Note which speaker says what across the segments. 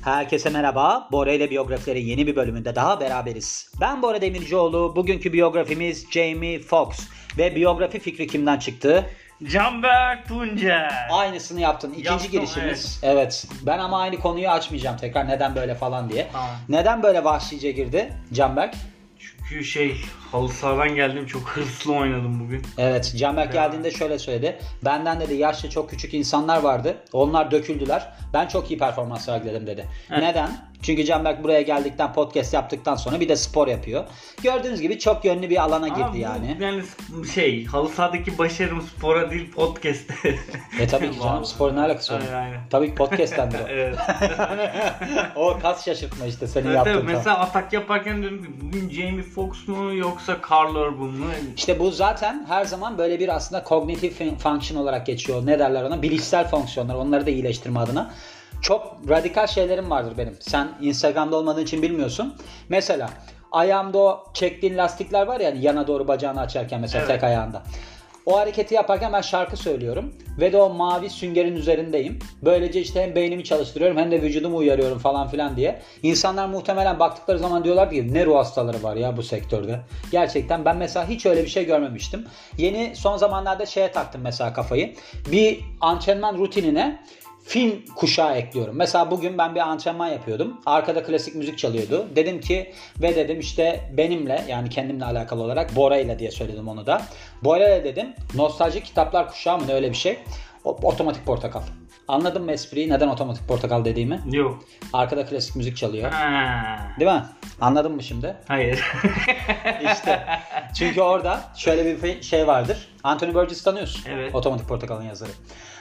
Speaker 1: Herkese merhaba. Bora ile biyografilerin yeni bir bölümünde daha beraberiz. Ben Bora Demircioğlu. Bugünkü biyografimiz Jamie Foxx. Ve biyografi fikri kimden çıktı?
Speaker 2: Canberk Tuncel.
Speaker 1: Aynısını yaptın. İkinci girişimiz. Evet. Ben ama aynı konuyu açmayacağım tekrar. Neden böyle falan diye.
Speaker 2: Tamam.
Speaker 1: Neden böyle vahşice girdi Canberk?
Speaker 2: Çünkü halı sahadan geldim, çok hırslı oynadım bugün.
Speaker 1: Evet, Canberk geldiğinde şöyle söyledi. Benden dedi yaşça çok küçük insanlar vardı. Onlar döküldüler. Ben çok iyi performans sergiledim dedi. Evet. Neden? Çünkü Canberk buraya geldikten, podcast yaptıktan sonra bir de spor yapıyor. Gördüğünüz gibi çok yönlü bir alana girdi yani.
Speaker 2: Yani halı sahadaki başarım spora değil podcast'te.
Speaker 1: Tabii ki canım, sporun ne alakası var?
Speaker 2: Aynen.
Speaker 1: Tabii ki podcast'tendir o.
Speaker 2: Evet.
Speaker 1: O kas şaşırtma işte senin yaptığın.
Speaker 2: Evet, mesela atak yaparken diyorum ki bugün Jamie Foxx mu yoksa Carl Urban mu?
Speaker 1: İşte bu zaten her zaman böyle bir aslında cognitive function olarak geçiyor. Ne derler ona? Bilişsel fonksiyonlar. Onları da iyileştirme adına. Çok radikal şeylerim vardır benim. Sen Instagram'da olmadığın için bilmiyorsun. Mesela ayağımda o çektiğin lastikler var ya, yana doğru bacağını açarken mesela, evet, tek ayağında. O hareketi yaparken ben şarkı söylüyorum ve de o mavi süngerin üzerindeyim. Böylece işte hem beynimi çalıştırıyorum hem de vücudumu uyarıyorum falan filan diye. İnsanlar muhtemelen baktıkları zaman diyorlar ki ne ruh hastaları var ya bu sektörde. Gerçekten ben mesela hiç öyle bir şey görmemiştim. Yeni son zamanlarda şeye taktım mesela kafayı. Bir antrenman rutinine film kuşağı ekliyorum. Mesela bugün ben bir antrenman yapıyordum. Arkada klasik müzik çalıyordu. Dedim ki dedim işte benimle, yani kendimle alakalı olarak Bora'yla diye söyledim onu da. Bora'yla dedim nostaljik kitaplar kuşağı mı ne, öyle bir şey. Otomatik Portakal. Anladın mı espriyi? Neden Otomatik Portakal dediğimi?
Speaker 2: Yok.
Speaker 1: Arkada klasik müzik çalıyor.
Speaker 2: Ha.
Speaker 1: Değil mi? Anladın mı şimdi?
Speaker 2: Hayır.
Speaker 1: İşte. Çünkü orada şöyle bir şey vardır. Anthony Burgess tanıyorsun.
Speaker 2: Evet.
Speaker 1: Otomatik Portakal'ın yazarı.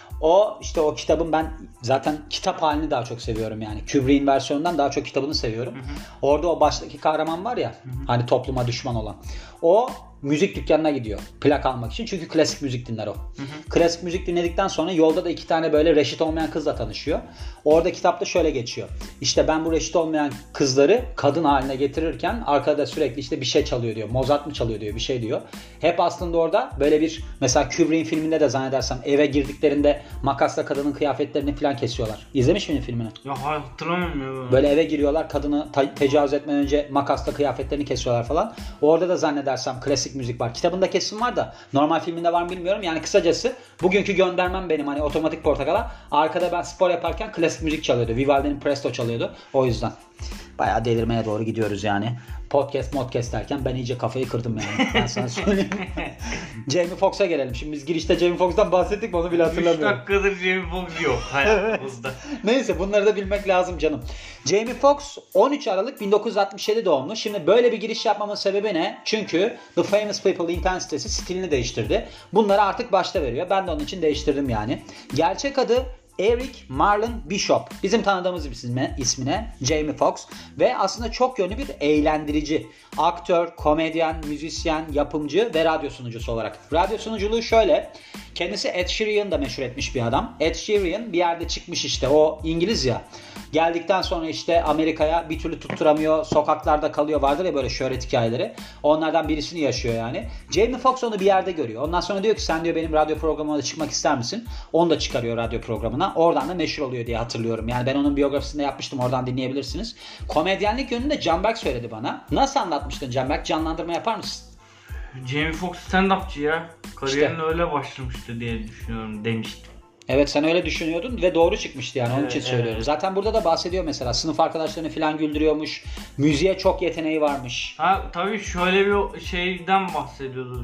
Speaker 1: O kitabın ben zaten kitap halini daha çok seviyorum yani. Kubrick'in versiyonundan daha çok kitabını seviyorum. Hı hı. Orada o baştaki kahraman var ya, hı hı, hani topluma düşman olan. O müzik dükkanına gidiyor plak almak için. Çünkü klasik müzik dinler o. Hı hı. Klasik müzik dinledikten sonra yolda da iki tane böyle reşit olmayan kızla tanışıyor. Orada kitapta şöyle geçiyor. İşte ben bu reşit olmayan kızları kadın haline getirirken arkada sürekli işte bir şey çalıyor diyor. Mozart mı çalıyor diyor, bir şey diyor. Hep aslında orada böyle bir, mesela Kubrick'in filminde de zannedersem eve girdiklerinde makasla kadının kıyafetlerini falan kesiyorlar. İzlemiş miydin filmini?
Speaker 2: Ya hatırlamıyorum ya.
Speaker 1: Böyle eve giriyorlar, kadını tecavüz etmeden önce makasla kıyafetlerini kesiyorlar falan. Orada da zannedersem klasik müzik var. Kitabında kesin var da normal filminde var mı bilmiyorum. Yani kısacası bugünkü göndermem benim hani Otomatik Portakal'a. Arkada ben spor yaparken klasik müzik çalıyordu. Vivaldi'nin Presto çalıyordu. O yüzden. Bayağı delirmeye doğru gidiyoruz yani. Podcast derken ben iyice kafayı kırdım yani. Ben sana söyleyeyim. Jamie Foxx'a gelelim. Şimdi biz girişte Jamie Foxx'tan bahsettik mi onu bile hatırlamıyorum.
Speaker 2: 3 dakikadır Jamie Foxx yok hayatımızda.
Speaker 1: Neyse bunları da bilmek lazım canım. Jamie Foxx 13 Aralık 1967 doğumlu. Şimdi böyle bir giriş yapmamın sebebi ne? Çünkü The Famous People internet'si stilini değiştirdi. Bunları artık başta veriyor. Ben de onun için değiştirdim yani. Gerçek adı Eric Marlon Bishop. Bizim tanıdığımız ismine Jamie Foxx. Ve aslında çok yönlü bir eğlendirici. Aktör, komedyen, müzisyen, yapımcı ve radyo sunucusu olarak. Radyo sunuculuğu şöyle. Kendisi Ed Sheeran'ı da meşhur etmiş bir adam. Ed Sheeran bir yerde çıkmış işte. O İngiliz ya. Geldikten sonra işte Amerika'ya bir türlü tutturamıyor. Sokaklarda kalıyor. Vardır ya böyle şöhret hikayeleri. Onlardan birisini yaşıyor yani. Jamie Foxx onu bir yerde görüyor. Ondan sonra diyor ki sen diyor benim radyo programıma da çıkmak ister misin? Onu da çıkarıyor radyo programına. Oradan da meşhur oluyor diye hatırlıyorum. Yani ben onun biyografisinde yapmıştım. Oradan dinleyebilirsiniz. Komedyenlik yönünde Canberk söyledi bana. Nasıl anlatmıştın Canberk? Canlandırma yapar mısın?
Speaker 2: Jamie Foxx stand-upçı ya. Kariyerine öyle başlamıştı diye düşünüyorum demiştim.
Speaker 1: Evet sen öyle düşünüyordun ve doğru çıkmıştı yani, onun için söylüyorum. Evet. Zaten burada da bahsediyor mesela sınıf arkadaşlarını falan güldürüyormuş. Müziğe çok yeteneği varmış.
Speaker 2: Ha tabii şöyle bir şeyden bahsediyordu.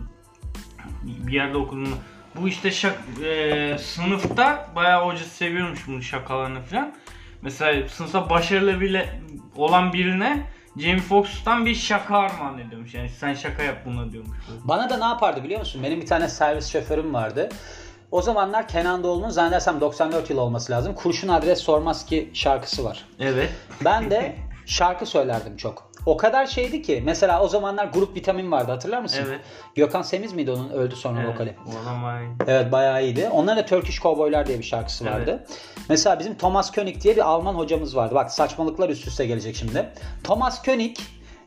Speaker 2: Bir yerde okudum. Bu işte sınıfta bayağı hoca seviyormuş bunun şakalarını falan. Mesela sınıfta başarılı bile olan birine Jamie Foxx'tan bir şaka armağan ediyormuş. Yani sen şaka yap buna diyormuş.
Speaker 1: Bana da ne yapardı biliyor musun? Benim bir tane servis şoförüm vardı. O zamanlar Kenan Doğulu'nun zannedersem 94 yıl olması lazım. Kurşun Adres Sormaz Ki şarkısı var.
Speaker 2: Evet.
Speaker 1: Ben de şarkı söylerdim çok. O kadar şeydi ki mesela o zamanlar Grup Vitamin vardı, hatırlar mısın?
Speaker 2: Evet.
Speaker 1: Gökhan Semiz miydi onun, öldü sonra vokali?
Speaker 2: O zaman
Speaker 1: evet bayağı iyiydi. Onların da Turkish Cowboylar diye bir şarkısı vardı. Evet. Mesela bizim Thomas König diye bir Alman hocamız vardı. Bak saçmalıklar üst üste gelecek şimdi. Thomas König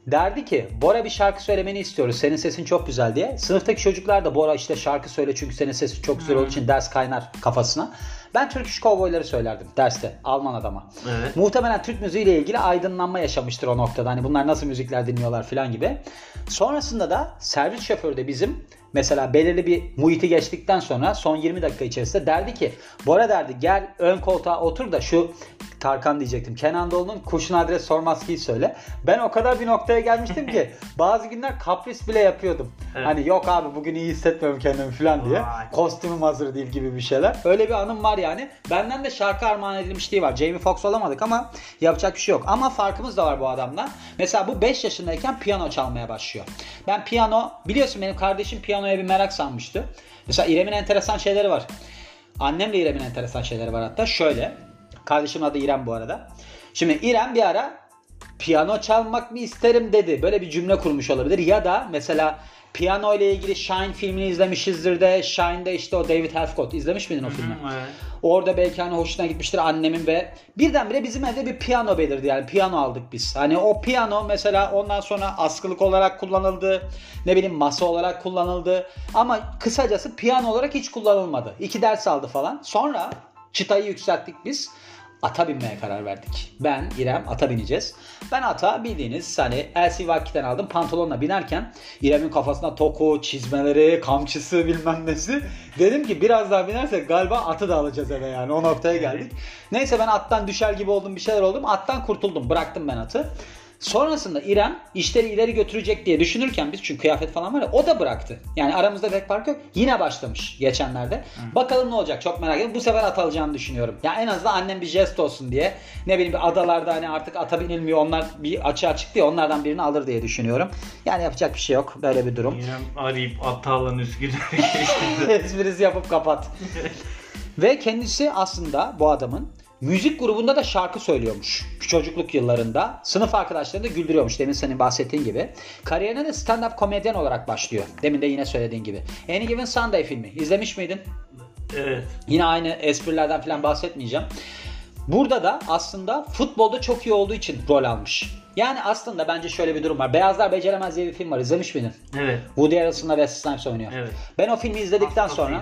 Speaker 1: Derdi ki Bora bir şarkı söylemeni istiyoruz. Senin sesin çok güzel diye. Sınıftaki çocuklar da Bora işte şarkı söyle çünkü senin sesin çok güzel olduğu için ders kaynar kafasına. Ben Turkish Cowboy'ları söylerdim derste. Alman adama.
Speaker 2: Evet.
Speaker 1: Muhtemelen Türk müziğiyle ilgili aydınlanma yaşamıştır o noktada. Hani bunlar nasıl müzikler dinliyorlar falan gibi. Sonrasında da servis şoförü de bizim mesela belirli bir muhiti geçtikten sonra son 20 dakika içerisinde derdi ki Bora derdi gel ön koltuğa otur da şu Tarkan diyecektim. Kenan Doğulu'nun Kurşun Adres Sormaz Ki'yi söyle. Ben o kadar bir noktaya gelmiştim ki bazı günler kapris bile yapıyordum.
Speaker 2: Evet.
Speaker 1: Hani yok abi bugün iyi hissetmiyorum kendimi falan diye.
Speaker 2: Vay.
Speaker 1: Kostümüm hazır değil gibi bir şeyler. Öyle bir anım var yani. Benden de şarkı armağan edilmişliği var. Jamie Foxx olamadık ama yapacak bir şey yok. Ama farkımız da var bu adamla. Mesela bu 5 yaşındayken piyano çalmaya başlıyor. Ben piyano, biliyorsun benim kardeşim piyanoya bir merak sanmıştı. Mesela İrem'in enteresan şeyleri var. Annemle İrem'in enteresan şeyleri var hatta. Şöyle. Kardeşimin adı İrem bu arada. Şimdi İrem bir ara piyano çalmak mı isterim dedi. Böyle bir cümle kurmuş olabilir. Ya da mesela piyano ile ilgili Shine filmini izlemişizdir de. Shine'de işte o David Hasselhoff izlemiş miydin o filmi?
Speaker 2: Evet.
Speaker 1: Orada belki hani hoşuna gitmiştir annemin ve birdenbire bizim evde bir piyano belirdi yani piyano aldık biz. Hani o piyano mesela ondan sonra askılık olarak kullanıldı. Ne bileyim masa olarak kullanıldı. Ama kısacası piyano olarak hiç kullanılmadı. 2 ders aldı falan. Sonra çıtayı yükselttik biz. Ata binmeye karar verdik. Ben, İrem ata bineceğiz. Ben ata bildiğiniz hani LC aldım pantolonla binerken İrem'in kafasında toku, çizmeleri, kamçısı bilmem nesi. Dedim ki biraz daha binersek galiba atı da alacağız eve yani o noktaya geldik. Neyse ben attan düşer gibi oldum bir şeyler oldum. Attan kurtuldum bıraktım ben atı. Sonrasında İrem işleri ileri götürecek diye düşünürken biz çünkü kıyafet falan var ya o da bıraktı. Yani aramızda pek fark yok. Yine başlamış geçenlerde. Bakalım ne olacak çok merak ediyorum. Bu sefer at alacağını düşünüyorum. Yani en azından annem bir jest olsun diye. Ne bileyim bir adalarda hani artık ata binilmiyor. Onlar bir açığa çıktı ya onlardan birini alır diye düşünüyorum. Yani yapacak bir şey yok. Böyle bir durum.
Speaker 2: İrem arayıp atı alan Üsküdar'a
Speaker 1: Esprisi yapıp kapat. Ve kendisi aslında bu adamın müzik grubunda da şarkı söylüyormuş. Çocukluk yıllarında. Sınıf arkadaşlarını da güldürüyormuş. Demin senin bahsettiğin gibi. Kariyerine de stand-up komedyen olarak başlıyor. Demin de yine söylediğin gibi. Any Given Sunday filmi. İzlemiş miydin?
Speaker 2: Evet.
Speaker 1: Yine aynı esprilerden falan bahsetmeyeceğim. Burada da aslında futbolda çok iyi olduğu için rol almış. Yani aslında bence şöyle bir durum var. Beyazlar Beceremez diye bir film var. İzlemiş miydin?
Speaker 2: Evet.
Speaker 1: Woody Harrelson'la Wesley Snipes oynuyor.
Speaker 2: Evet.
Speaker 1: Ben o filmi izledikten sonra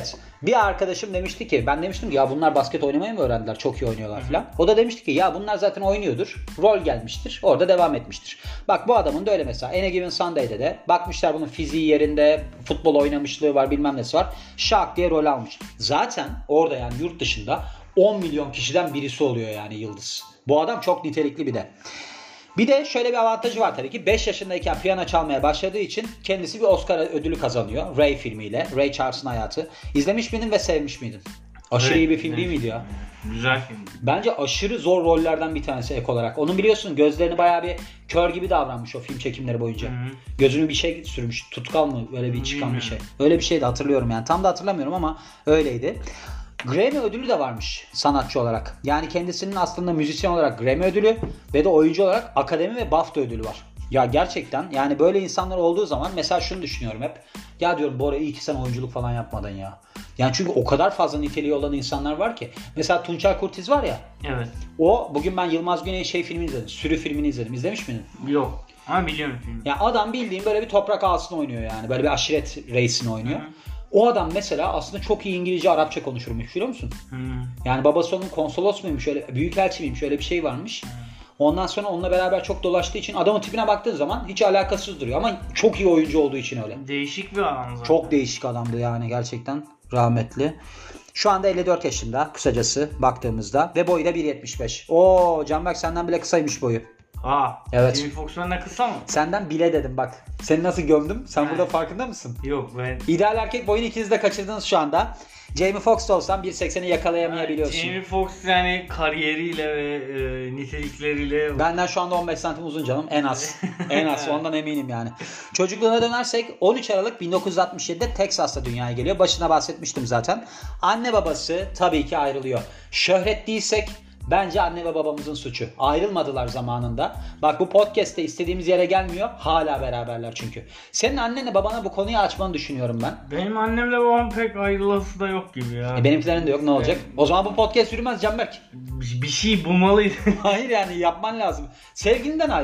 Speaker 1: bir arkadaşım demişti ki ben demiştim ki ya bunlar basket oynamayı mı öğrendiler? Çok iyi oynuyorlar falan. O da demişti ki ya bunlar zaten oynuyordur. Rol gelmiştir. Orada devam etmiştir. Bak bu adamın da öyle mesela. Any Given Sunday'de de bakmışlar bunun fiziği yerinde, futbol oynamışlığı var, bilmem nesi var. Şak diye rol almış. Zaten orada yani yurt dışında 10 milyon kişiden birisi oluyor yani yıldız. Bu adam çok nitelikli bir de. Bir de şöyle bir avantajı var tabii ki. 5 yaşındayken piyano çalmaya başladığı için kendisi bir Oscar ödülü kazanıyor. Ray filmiyle. Ray Charles'ın hayatı. İzlemiş miydin ve sevmiş miydin? Aşırı iyi bir film değil miydi ya?
Speaker 2: Güzel film.
Speaker 1: Bence aşırı zor rollerden bir tanesi ek olarak. Onun biliyorsun gözlerini bayağı bir kör gibi davranmış o film çekimleri boyunca. Gözünü bir şey sürmüş. Tutkal mı? Öyle bir çıkan bir şey. Öyle bir şey de hatırlıyorum yani. Tam da hatırlamıyorum ama öyleydi. Grammy ödülü de varmış sanatçı olarak. Yani kendisinin aslında müzisyen olarak Grammy ödülü ve de oyuncu olarak Akademi ve BAFTA ödülü var. Ya gerçekten yani böyle insanlar olduğu zaman mesela şunu düşünüyorum hep. Ya diyorum Bora iyi ki sen oyunculuk falan yapmadın ya. Yani çünkü o kadar fazla niteliği olan insanlar var ki. Mesela Tunçer Kurtiz var ya.
Speaker 2: Evet.
Speaker 1: O bugün ben Yılmaz Güney'in filmini izledim. Sürü filmini izledim. İzlemiş miydin?
Speaker 2: Yok. Ama biliyorum filmi.
Speaker 1: Ya adam bildiğin böyle bir toprak ağasını oynuyor yani. Böyle bir aşiret reisini oynuyor. O adam mesela aslında çok iyi İngilizce, Arapça konuşurmuş biliyor musun? Yani babası onun konsolos muymuş, öyle büyükelçi miymiş, öyle bir şey varmış. Ondan sonra onunla beraber çok dolaştığı için adamın tipine baktığın zaman hiç alakasız duruyor ama çok iyi oyuncu olduğu için öyle.
Speaker 2: Değişik bir adam zaten.
Speaker 1: Çok değişik adamdı yani gerçekten rahmetli. Şu anda 54 yaşında kısacası baktığımızda ve boyu da 1.75. Oo Canberk senden bile kısaymış boyu.
Speaker 2: Aa,
Speaker 1: evet.
Speaker 2: Jamie Foxx'un ne kısa mı?
Speaker 1: Senden bile dedim bak. Seni nasıl gömdüm? Sen burada farkında mısın?
Speaker 2: Yok ben...
Speaker 1: İdeal erkek boyunu ikiniz de kaçırdınız şu anda. Jamie Foxx da olsan 1.80'i yakalayamayabiliyorsun.
Speaker 2: Jamie Foxx yani kariyeriyle ve nitelikleriyle...
Speaker 1: Benden şu anda 15 santim uzun canım en az. En az ondan eminim yani. Çocukluğuna dönersek 13 Aralık 1967'de Texas'ta dünyaya geliyor. Başına bahsetmiştim zaten. Anne babası tabii ki ayrılıyor. Şöhret değilsek bence anne ve babamızın suçu. Ayrılmadılar zamanında. Bak bu podcast'te istediğimiz yere gelmiyor. Hala beraberler çünkü. Senin annenle babana bu konuyu açmanı düşünüyorum ben.
Speaker 2: Benim annemle babam pek ayrılası da yok gibi ya.
Speaker 1: Benimkilerin de yok ne olacak? O zaman bu podcast yürümez Canberk.
Speaker 2: Bir şey bulmalıyız.
Speaker 1: Hayır yani yapman lazım. Sevgilinden ayrıl.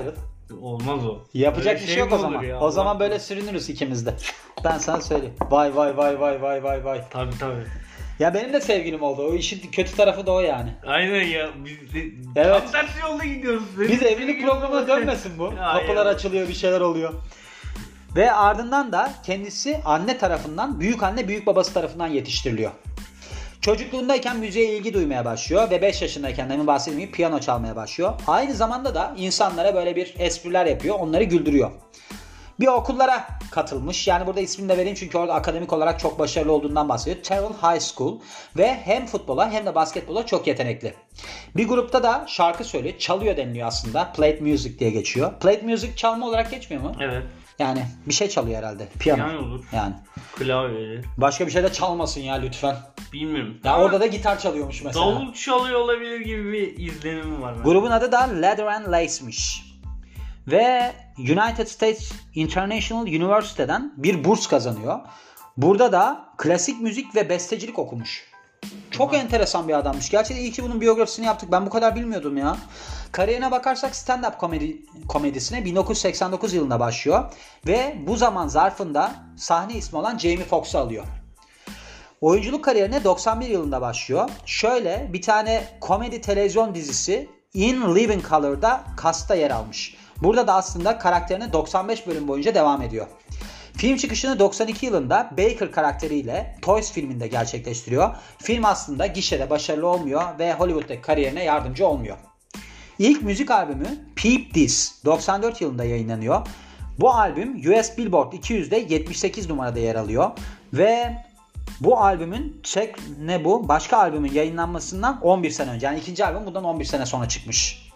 Speaker 2: Olmaz o.
Speaker 1: Yapacak
Speaker 2: Öyle
Speaker 1: bir şey yok
Speaker 2: mi
Speaker 1: o
Speaker 2: olur
Speaker 1: zaman.
Speaker 2: ya?
Speaker 1: O zaman
Speaker 2: Allah-
Speaker 1: böyle sürünürüz ikimiz de. Ben sana söyleyeyim. Vay vay vay vay vay vay vay.
Speaker 2: Tabii.
Speaker 1: Ya benim de sevgilim oldu. O işin kötü tarafı da o yani.
Speaker 2: Aynen ya. Biz de
Speaker 1: Evet.
Speaker 2: tam tersi yolda gidiyoruz.
Speaker 1: Biz evlilik programına dönmesin bu.
Speaker 2: Hayır.
Speaker 1: Kapılar açılıyor, bir şeyler oluyor. Ve ardından da kendisi anne tarafından, büyük anne büyük babası tarafından yetiştiriliyor. Çocukluğundayken müziğe ilgi duymaya başlıyor ve 5 yaşındayken demin bahsettiğim gibi piyano çalmaya başlıyor. Aynı zamanda da insanlara böyle bir espriler yapıyor, onları güldürüyor. Bir okullara katılmış. Yani burada ismini de vereyim çünkü orada akademik olarak çok başarılı olduğundan bahsediyor. Terrell High School ve hem futbola hem de basketbola çok yetenekli. Bir grupta da şarkı söylüyor. Çalıyor deniliyor aslında. Plate music diye geçiyor. Plate music çalma olarak geçmiyor mu?
Speaker 2: Evet.
Speaker 1: Yani bir şey çalıyor herhalde. Piyano.
Speaker 2: Piyano olur.
Speaker 1: Yani.
Speaker 2: Klavyeleri.
Speaker 1: Başka bir şey de çalmasın ya lütfen.
Speaker 2: Bilmiyorum.
Speaker 1: Ya
Speaker 2: Ama
Speaker 1: orada da gitar çalıyormuş mesela.
Speaker 2: davul çalıyor olabilir gibi bir izlenimim var. bende.
Speaker 1: Grubun adı da Leather and Lace'miş. Ve United States International University'den bir burs kazanıyor. Burada da klasik müzik ve bestecilik okumuş. Çok enteresan bir adammış. Gerçekten iyi ki bunun biyografisini yaptık. Ben bu kadar bilmiyordum ya. Kariyerine bakarsak stand-up komedisine 1989 yılında başlıyor. Ve bu zaman zarfında sahne ismi olan Jamie Foxx'u alıyor. Oyunculuk kariyerine 91 yılında başlıyor. Şöyle bir tane komedi televizyon dizisi In Living Color'da kasta yer almış. Burada da aslında karakterine 95 bölüm boyunca devam ediyor. Film çıkışını 92 yılında Baker karakteriyle Toys filminde gerçekleştiriyor. Film aslında gişede başarılı olmuyor ve Hollywood'daki kariyerine yardımcı olmuyor. İlk müzik albümü Peep This 94 yılında yayınlanıyor. Bu albüm US Billboard 200'de 78 numarada yer alıyor ve bu albümün başka albümün yayınlanmasından 11 sene önce. Yani ikinci albüm bundan 11 sene sonra çıkmış.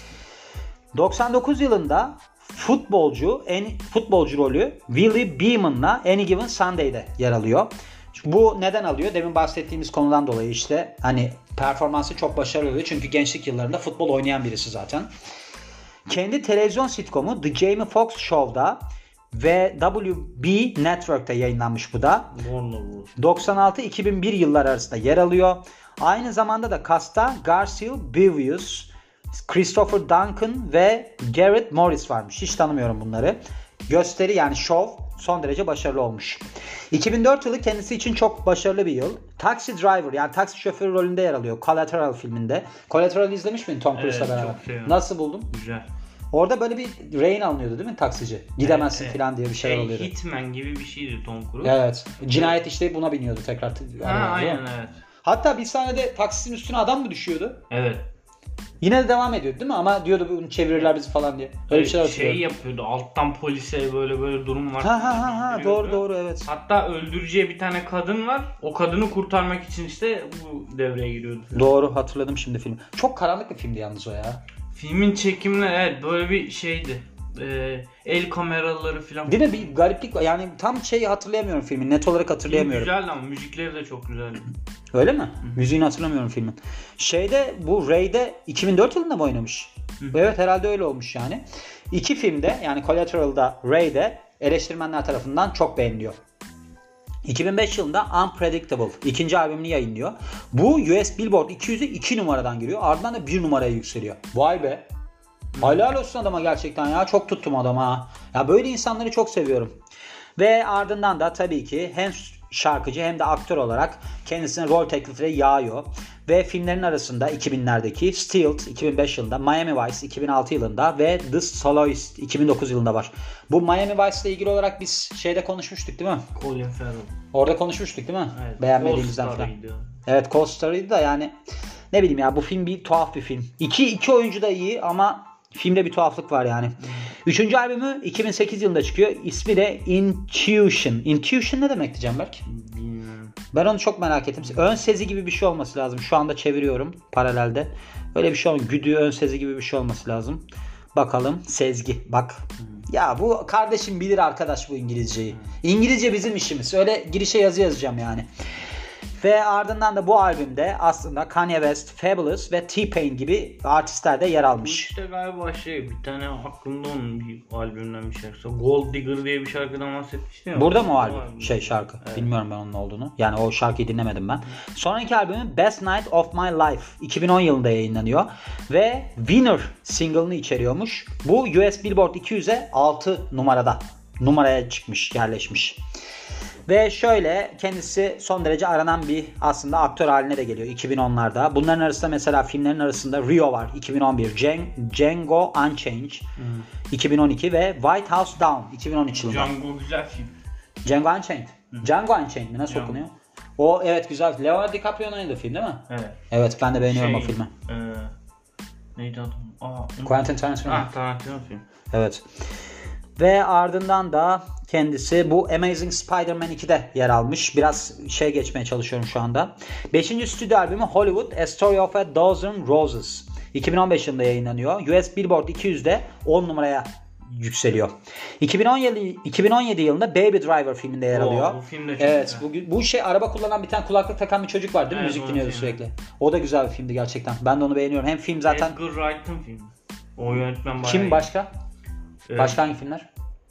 Speaker 1: 99 yılında futbolcu rolü Willie Beeman'la Any Given Sunday'de yer alıyor. Bu neden alıyor? Demin bahsettiğimiz konudan dolayı işte hani performansı çok başarılı oluyor. Çünkü gençlik yıllarında futbol oynayan birisi zaten. Kendi televizyon sitcomu The Jamie Foxx Show'da ve WB Network'ta yayınlanmış bu da. 96-2001 yıllar arasında yer alıyor. Aynı zamanda da cast'ta Garcelle Bevius, Christopher Duncan ve Garrett Morris varmış. Hiç tanımıyorum bunları. Gösteri yani show son derece başarılı olmuş. 2004 yılı kendisi için çok başarılı bir yıl. Taxi Driver yani taksi şoförü rolünde yer alıyor. Collateral filminde. Collateral'ı izlemiş miydin Tom Cruise'la beraber?
Speaker 2: Çok seviyorum.
Speaker 1: Nasıl buldun?
Speaker 2: Güzel.
Speaker 1: Orada böyle bir rehin alınıyordu değil mi taksici? Gidemezsin falan diye bir şeyler oluyordu.
Speaker 2: Hitman gibi bir şeydi Tom Cruise.
Speaker 1: Evet. Cinayet işleyip buna biniyordu tekrar.
Speaker 2: Aynen evet.
Speaker 1: Hatta bir sahnede taksinin üstüne adam mı düşüyordu?
Speaker 2: Evet.
Speaker 1: Yine de devam ediyordu değil mi? Ama diyordu bunu çevirirler bizi falan diye. Öyle bir şeyler hatırlıyorum.
Speaker 2: yapıyordu. Alttan polise böyle durum var.
Speaker 1: Ha doğru evet.
Speaker 2: Hatta öldüreceği bir tane kadın var. O kadını kurtarmak için işte bu devreye giriyordu.
Speaker 1: Doğru hatırladım şimdi filmi. Çok karanlık bir filmdi yalnız o ya.
Speaker 2: Filmin çekimleri evet böyle bir şeydi. El kameraları falan.
Speaker 1: Değil mi? Bir gariplik var. Yani tam hatırlayamıyorum filmi. Net olarak hatırlayamıyorum.
Speaker 2: Film güzeldi ama müzikleri de çok güzeldi.
Speaker 1: Öyle mi? Müziğini hatırlamıyorum filmin. Bu Ray'de 2004 yılında mı oynamış? Evet herhalde öyle olmuş yani. İki filmde yani Collateral'da Ray'de eleştirmenler tarafından çok beğeniliyor. 2005 yılında Unpredictable ikinci albümünü yayınlıyor. Bu US Billboard 200'e 2 numaradan giriyor. Ardından da 1 numaraya yükseliyor. Vay be. Helal olsun adama gerçekten ya. Çok tuttum adama ha. Ya böyle insanları çok seviyorum. Ve ardından da tabii ki hem şarkıcı hem de aktör olarak kendisine rol teklifleri yağıyor. Ve filmlerin arasında 2000'lerdeki Stealed 2005 yılında, Miami Vice 2006 yılında ve The Soloist 2009 yılında var. Bu Miami Vice ile ilgili olarak biz konuşmuştuk değil mi?
Speaker 2: Colin Farrell.
Speaker 1: Orada konuşmuştuk değil mi?
Speaker 2: Evet,
Speaker 1: beğenmediğimizden falan. Evet Cold-Star'ıydı da yani ne bileyim ya bu film bir tuhaf bir film. İki oyuncu da iyi ama filmde bir tuhaflık var yani. Üçüncü albümü 2008 yılında çıkıyor. İsmi de Intuition. Intuition ne demekti Canberk?
Speaker 2: Bilmiyorum.
Speaker 1: Ben onu çok merak ettim. Ön sezi gibi bir şey olması lazım. Şu anda çeviriyorum paralelde. Öyle bir şey olmuyor. Güdü, ön sezi gibi bir şey olması lazım. Bakalım. Sezgi. Bak. Ya bu kardeşim bilir arkadaş bu İngilizceyi. İngilizce bizim işimiz. Öyle girişe yazı yazacağım yani. Ve ardından da bu albümde aslında Kanye West, Fabulous ve T-Pain gibi artistler de yer
Speaker 2: Bu
Speaker 1: almış.
Speaker 2: işte galiba bir tane aklımda onun bir albümden bir şarkısı. Gold Digger diye bir şarkıdan bahsetmiştin ya.
Speaker 1: Burada mı o albüm? Şarkı. Evet. Bilmiyorum ben onun olduğunu. Yani o şarkıyı dinlemedim ben. Sonraki albümü Best Night of My Life 2010 yılında yayınlanıyor. Ve Winner single'ını içeriyormuş. Bu US Billboard 200'e 6 numaraya çıkmış, yerleşmiş. Ve şöyle kendisi son derece aranan bir aslında aktör haline de geliyor 2010'larda. Bunların arasında mesela filmlerin arasında Rio var 2011, Django Unchained 2012 ve White House Down 2013 yılında.
Speaker 2: Django güzel film.
Speaker 1: Django Unchained. Django Unchained mi? Nasıl okunuyor? O evet güzel. Leonardo DiCaprio'nun oynadığı film değil mi?
Speaker 2: Evet.
Speaker 1: Evet ben de beğeniyorum o filmi.
Speaker 2: Neydi adı?
Speaker 1: Quentin Tarantino.
Speaker 2: Tarantino film.
Speaker 1: Evet. Ve ardından da kendisi bu Amazing Spider-Man 2'de yer almış. Biraz geçmeye çalışıyorum şu anda. 5. stüdyo albümü Hollywood A Story of a Dozen Roses. 2015 yılında yayınlanıyor. US Billboard 200'de 10 numaraya yükseliyor. 2017 yılında Baby Driver filminde yer alıyor.
Speaker 2: Bu film de çok
Speaker 1: evet,
Speaker 2: güzel.
Speaker 1: bu araba kullanan bir tane kulaklık takan bir çocuk var değil mi? Müzik dinliyordu sürekli. O da güzel bir filmdi gerçekten. Ben de onu beğeniyorum. Hem film zaten...
Speaker 2: Edgar Wright'ın filmi. O yönetmen bayağı
Speaker 1: Kim
Speaker 2: iyi.
Speaker 1: başka? Başka hangi filmler?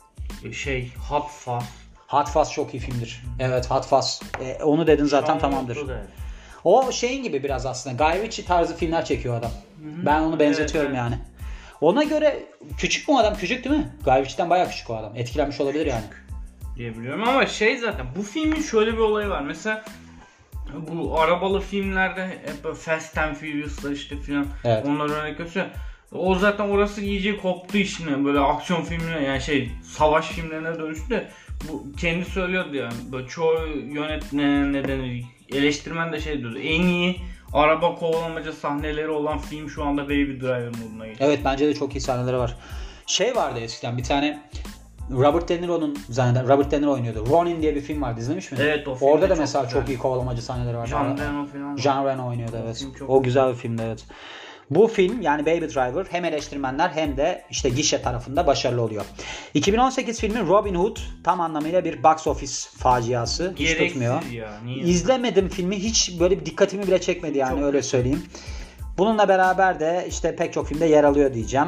Speaker 2: Hot Fuzz.
Speaker 1: Hot Fuzz çok iyi filmdir. Evet Hot Fuzz. Onu dedin zaten tamamdır. O şeyin gibi biraz aslında. Guy Ritchie tarzı filmler çekiyor adam. Hı-hı. Ben onu benzetiyorum yani. Ona göre küçük mü adam? Küçük değil mi? Guy Ritchie'den bayağı küçük o adam. Etkilenmiş olabilir yani.
Speaker 2: Diyebiliyorum ama zaten bu filmin şöyle bir olayı var. Mesela bu arabalı filmlerde hep Fast and Furious'lar işte filan onlar örnek gösteriyor. O zaten orası iyice koptu işine böyle aksiyon filmine yani savaş filmlerine dönüştü de bu kendi söylüyordu yani böyle çoğu yönetmen nedeni eleştirmen de diyordu en iyi araba kovalamaca sahneleri olan film şu anda Baby Driver moduna geçti.
Speaker 1: Evet bence de çok iyi sahneleri var. Vardı eskiden bir tane Robert De Niro oynuyordu. Ronin diye bir film vardı izlemiş miydin?
Speaker 2: Evet o film.
Speaker 1: Orada da mesela çok iyi kovalamacı sahneleri var. Jean Reno oynuyordu evet. O güzel bir filmdi evet. Bu film yani Baby Driver hem eleştirmenler hem de gişe tarafında başarılı oluyor. 2018 filmi Robin Hood tam anlamıyla bir box office faciası. Hiç tutmuyor. İzlemedim filmi hiç böyle bir dikkatimi bile çekmedi yani çok öyle söyleyeyim. Bununla beraber de pek çok filmde yer alıyor diyeceğim.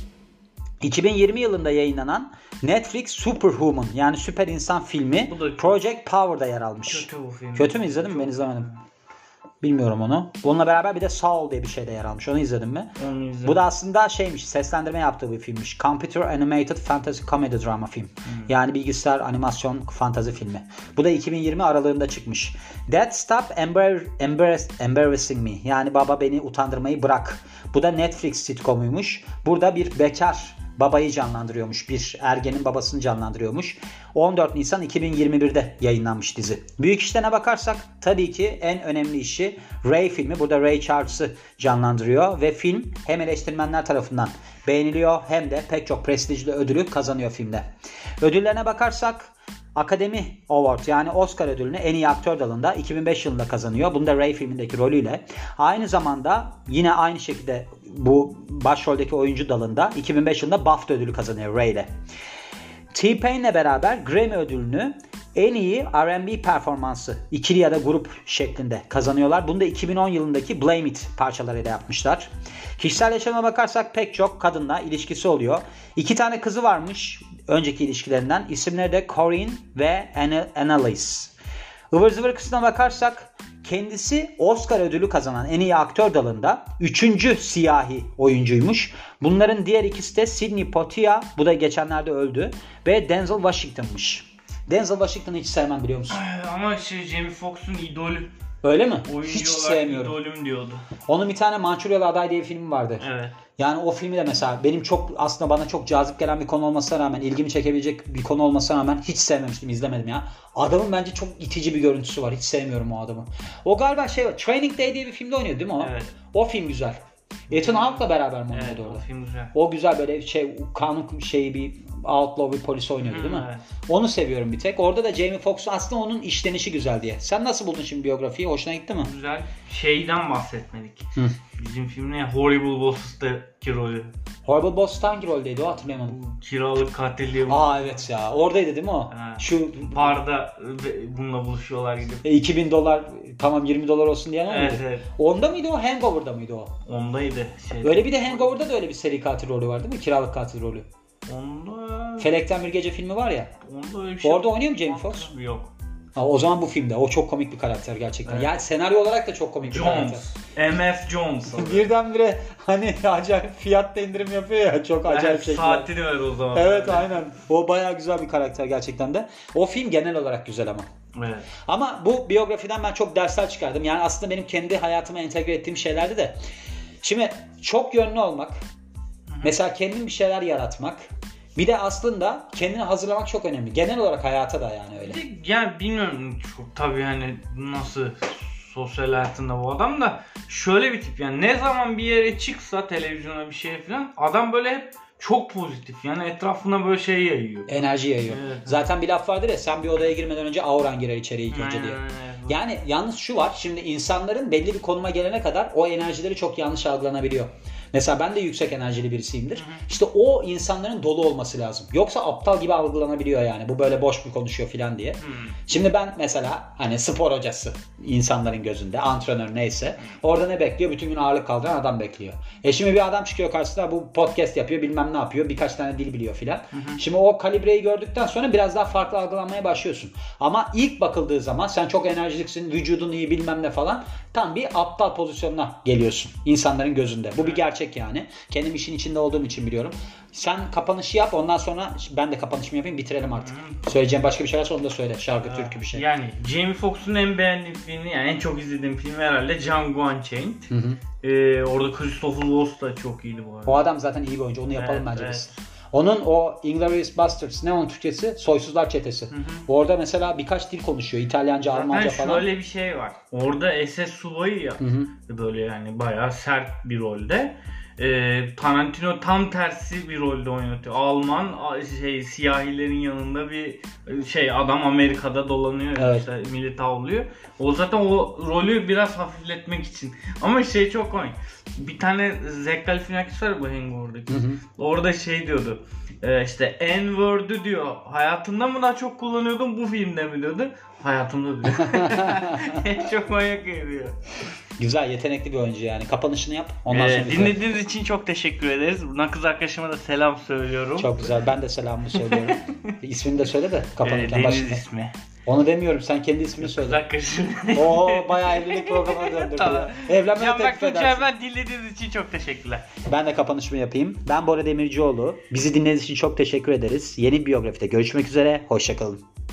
Speaker 1: 2020 yılında yayınlanan Netflix Superhuman yani süper insan filmi Project Power'da yer almış.
Speaker 2: Kötü bu film.
Speaker 1: Kötü mü izledin mi? Ben izlemedim. Bilmiyorum onu. Bununla beraber bir de Saul diye bir şey de yer almış. Onu izledin mi?
Speaker 2: Onu izledim.
Speaker 1: Bu da aslında seslendirme yaptığı bir filmmiş. Computer Animated Fantasy Comedy Drama film. Yani bilgisayar animasyon fantazi filmi. Bu da 2020 aralığında çıkmış. Dad Stop Embarrassing Me. Yani baba beni utandırmayı bırak. Bu da Netflix sitcomuymuş. Burada bir bekar babayı canlandırıyormuş. Bir ergenin babasını canlandırıyormuş. 14 Nisan 2021'de yayınlanmış dizi. Büyük işlerine bakarsak tabii ki en önemli işi Ray filmi. Burada Ray Charles'ı canlandırıyor ve film hem eleştirmenler tarafından beğeniliyor hem de pek çok prestijli ödülü kazanıyor filmde. Ödüllerine bakarsak Academy Award yani Oscar ödülünü en iyi aktör dalında 2005 yılında kazanıyor. Bunda Ray filmindeki rolüyle. Aynı zamanda yine aynı şekilde bu başroldeki oyuncu dalında 2005 yılında BAFTA ödülü kazanıyor Ray ile. T-Pain'le beraber Grammy ödülünü en iyi R&B performansı ikili ya da grup şeklinde kazanıyorlar. Bunu da 2010 yılındaki Blame It parçalarıyla yapmışlar. Kişisel yaşamına bakarsak pek çok kadınla ilişkisi oluyor. 2 tane kızı varmış önceki ilişkilerinden. İsimleri de Corinne ve Annalise. Ivır zıvır kısmına bakarsak kendisi Oscar ödülü kazanan en iyi aktör dalında 3. siyahi oyuncuymuş. Bunların diğer ikisi de Sidney Poitier, bu da geçenlerde öldü, ve Denzel Washington'mış. Denzel Washington'ı hiç sevmem biliyor musun?
Speaker 2: Ama Jamie Foxx'un idolü.
Speaker 1: Öyle mi?
Speaker 2: Oyuncu
Speaker 1: hiç sevmiyorum.
Speaker 2: İdolüm diyordu.
Speaker 1: Onun bir tane Mançuryalı Aday diye bir filmi vardı.
Speaker 2: Evet.
Speaker 1: Yani o filmi de mesela benim aslında bana çok cazip gelen bir konu olmasına rağmen, ilgimi çekebilecek bir konu olmasına rağmen hiç sevmemiştim, izlemedim ya. Adamın bence çok itici bir görüntüsü var. Hiç sevmiyorum o adamı. O galiba Training Day diye bir filmde oynuyor değil mi o?
Speaker 2: Evet.
Speaker 1: O film güzel. Ethan Hawke'la beraber mi oynuyordu orada?
Speaker 2: O film güzel.
Speaker 1: O güzel böyle kanun bir outlaw bir polis oynuyordu değil mi?
Speaker 2: Evet.
Speaker 1: Onu seviyorum bir tek. Orada da Jamie Foxx'un aslında onun işlenişi güzel diye. Sen nasıl buldun şimdi biyografiyi? Hoşuna gitti mi?
Speaker 2: Güzel. Şeyden bahsetmedik. Bizim film ne? Horrible Boss'taki rolü.
Speaker 1: Horrible Boss hangi roldeydi o, hatırlayamadım.
Speaker 2: Kiralık katil diye.
Speaker 1: Aa evet ya, oradaydı değil mi o?
Speaker 2: Ha.
Speaker 1: Şu
Speaker 2: Barda bununla buluşuyorlar gidip.
Speaker 1: $2000 tamam $20 olsun diyen o muydu?
Speaker 2: Evet.
Speaker 1: Onda mıydı o, Hangover'da mıydı o?
Speaker 2: Ondaydı.
Speaker 1: Öyle bir de Hangover'da da öyle bir seri katil rolü var değil mi? Kiralık katil rolü.
Speaker 2: Onda...
Speaker 1: Felekten Bir Gece filmi var ya.
Speaker 2: Onda öyle bir şey.
Speaker 1: Orada oynuyor mu Jamie Foxx?
Speaker 2: Yok.
Speaker 1: Ha, o zaman bu filmde. O çok komik bir karakter gerçekten.
Speaker 2: Evet.
Speaker 1: Yani senaryo olarak da çok komik bir karakter.
Speaker 2: Jones. M.F. Jones.
Speaker 1: Birdenbire hani acayip fiyatta indirim yapıyor ya. Çok acayip şekilde.
Speaker 2: Saatini ver o zaman.
Speaker 1: Evet aynen. O bayağı güzel bir karakter gerçekten de. O film genel olarak güzel ama.
Speaker 2: Evet.
Speaker 1: Ama bu biyografiden ben çok dersler çıkardım. Yani aslında benim kendi hayatıma entegre ettiğim şeylerdi de. Şimdi çok yönlü olmak. Mesela kendin bir şeyler yaratmak. Bir de aslında kendini hazırlamak çok önemli. Genel olarak hayata da yani öyle.
Speaker 2: Yani bilmiyorum çok tabii hani nasıl sosyal hayatında bu adam da şöyle bir tip yani ne zaman bir yere çıksa televizyona bir şey falan adam böyle hep çok pozitif yani etrafına böyle şey yayıyor.
Speaker 1: Enerji yayıyor.
Speaker 2: Evet.
Speaker 1: Zaten bir laf vardır ya, sen bir odaya girmeden önce auran girer içeriye ilk önce diye.
Speaker 2: Aynen.
Speaker 1: Yani yalnız şu var, şimdi insanların belli bir konuma gelene kadar o enerjileri çok yanlış algılanabiliyor. Mesela ben de yüksek enerjili birisiyimdir. İşte o insanların dolu olması lazım. Yoksa aptal gibi algılanabiliyor yani. Bu böyle boş bir konuşuyor falan diye. Şimdi ben mesela hani spor hocası insanların gözünde, antrenör neyse. Orada ne bekliyor? Bütün gün ağırlık kaldıran adam bekliyor. Şimdi bir adam çıkıyor karşısına, bu podcast yapıyor, bilmem ne yapıyor. Birkaç tane dil biliyor filan. Şimdi o kalibreyi gördükten sonra biraz daha farklı algılanmaya başlıyorsun. Ama ilk bakıldığı zaman sen çok enerjiliksin, vücudun iyi bilmem ne falan. Tam bir aptal pozisyonuna geliyorsun insanların gözünde. Bu bir gerçek yani. Kendim işin içinde olduğum için biliyorum. Sen kapanışı yap, ondan sonra ben de kapanışımı yapayım, bitirelim artık. Söyleyeceğim başka bir şey varsa onu da söyle. Şarkı, türkü bir şey.
Speaker 2: Yani Jamie Foxx'un en beğendiğim filmi yani en çok izlediğim film herhalde Django Unchained. Orada Christopher Waltz da çok iyiydi bu arada.
Speaker 1: O adam zaten iyi bir oyuncu. Onu yapalım
Speaker 2: Evet,
Speaker 1: bence
Speaker 2: evet.
Speaker 1: biz. Onun o Inglourious Basterds, ne onun Türkçesi? Soysuzlar Çetesi. Orada mesela birkaç dil konuşuyor. İtalyanca, Almanca
Speaker 2: Zaten
Speaker 1: falan.
Speaker 2: şöyle bir şey var. Orada SS subayı ya. Böyle yani bayağı sert bir rolde. Tarantino tam tersi bir rolde oynatıyor. Alman siyahilerin yanında bir adam Amerika'da dolanıyor,
Speaker 1: Evet.
Speaker 2: işte millet avlıyor. O zaten o rolü biraz hafifletmek için. Ama çok komik. Bir tane Zach Galifianakis var ya bu Hangover'daki. Orada diyordu. İşte N-word'ü diyor. Hayatında mı daha çok kullanıyordun, bu filmde mi diyordu? Hayatımda diyor. Çok manyak diyor.
Speaker 1: Güzel, yetenekli bir oyuncu yani. Kapanışını yap. Ondan sonra
Speaker 2: dinlediğiniz için çok teşekkür ederiz. Buradan kız arkadaşıma da selam söylüyorum.
Speaker 1: çok güzel. Ben de selamımı söylüyorum. İsmini de söyle de kapanırken
Speaker 2: Deniz
Speaker 1: başında.
Speaker 2: ismi.
Speaker 1: Onu demiyorum. Sen kendi ismini
Speaker 2: Kız
Speaker 1: söyle.
Speaker 2: arkadaşım.
Speaker 1: Oo, bayağı evlilik programına döndürdü
Speaker 2: Tamam.
Speaker 1: ya. Evlenmeye
Speaker 2: Can
Speaker 1: teklif
Speaker 2: Bak
Speaker 1: edersin.
Speaker 2: ben dinlediğiniz için çok teşekkürler.
Speaker 1: Ben de kapanışımı yapayım. Ben Bora Demircioğlu. Bizi dinlediğiniz için çok teşekkür ederiz. Yeni bir biyografide görüşmek üzere. Hoşçakalın.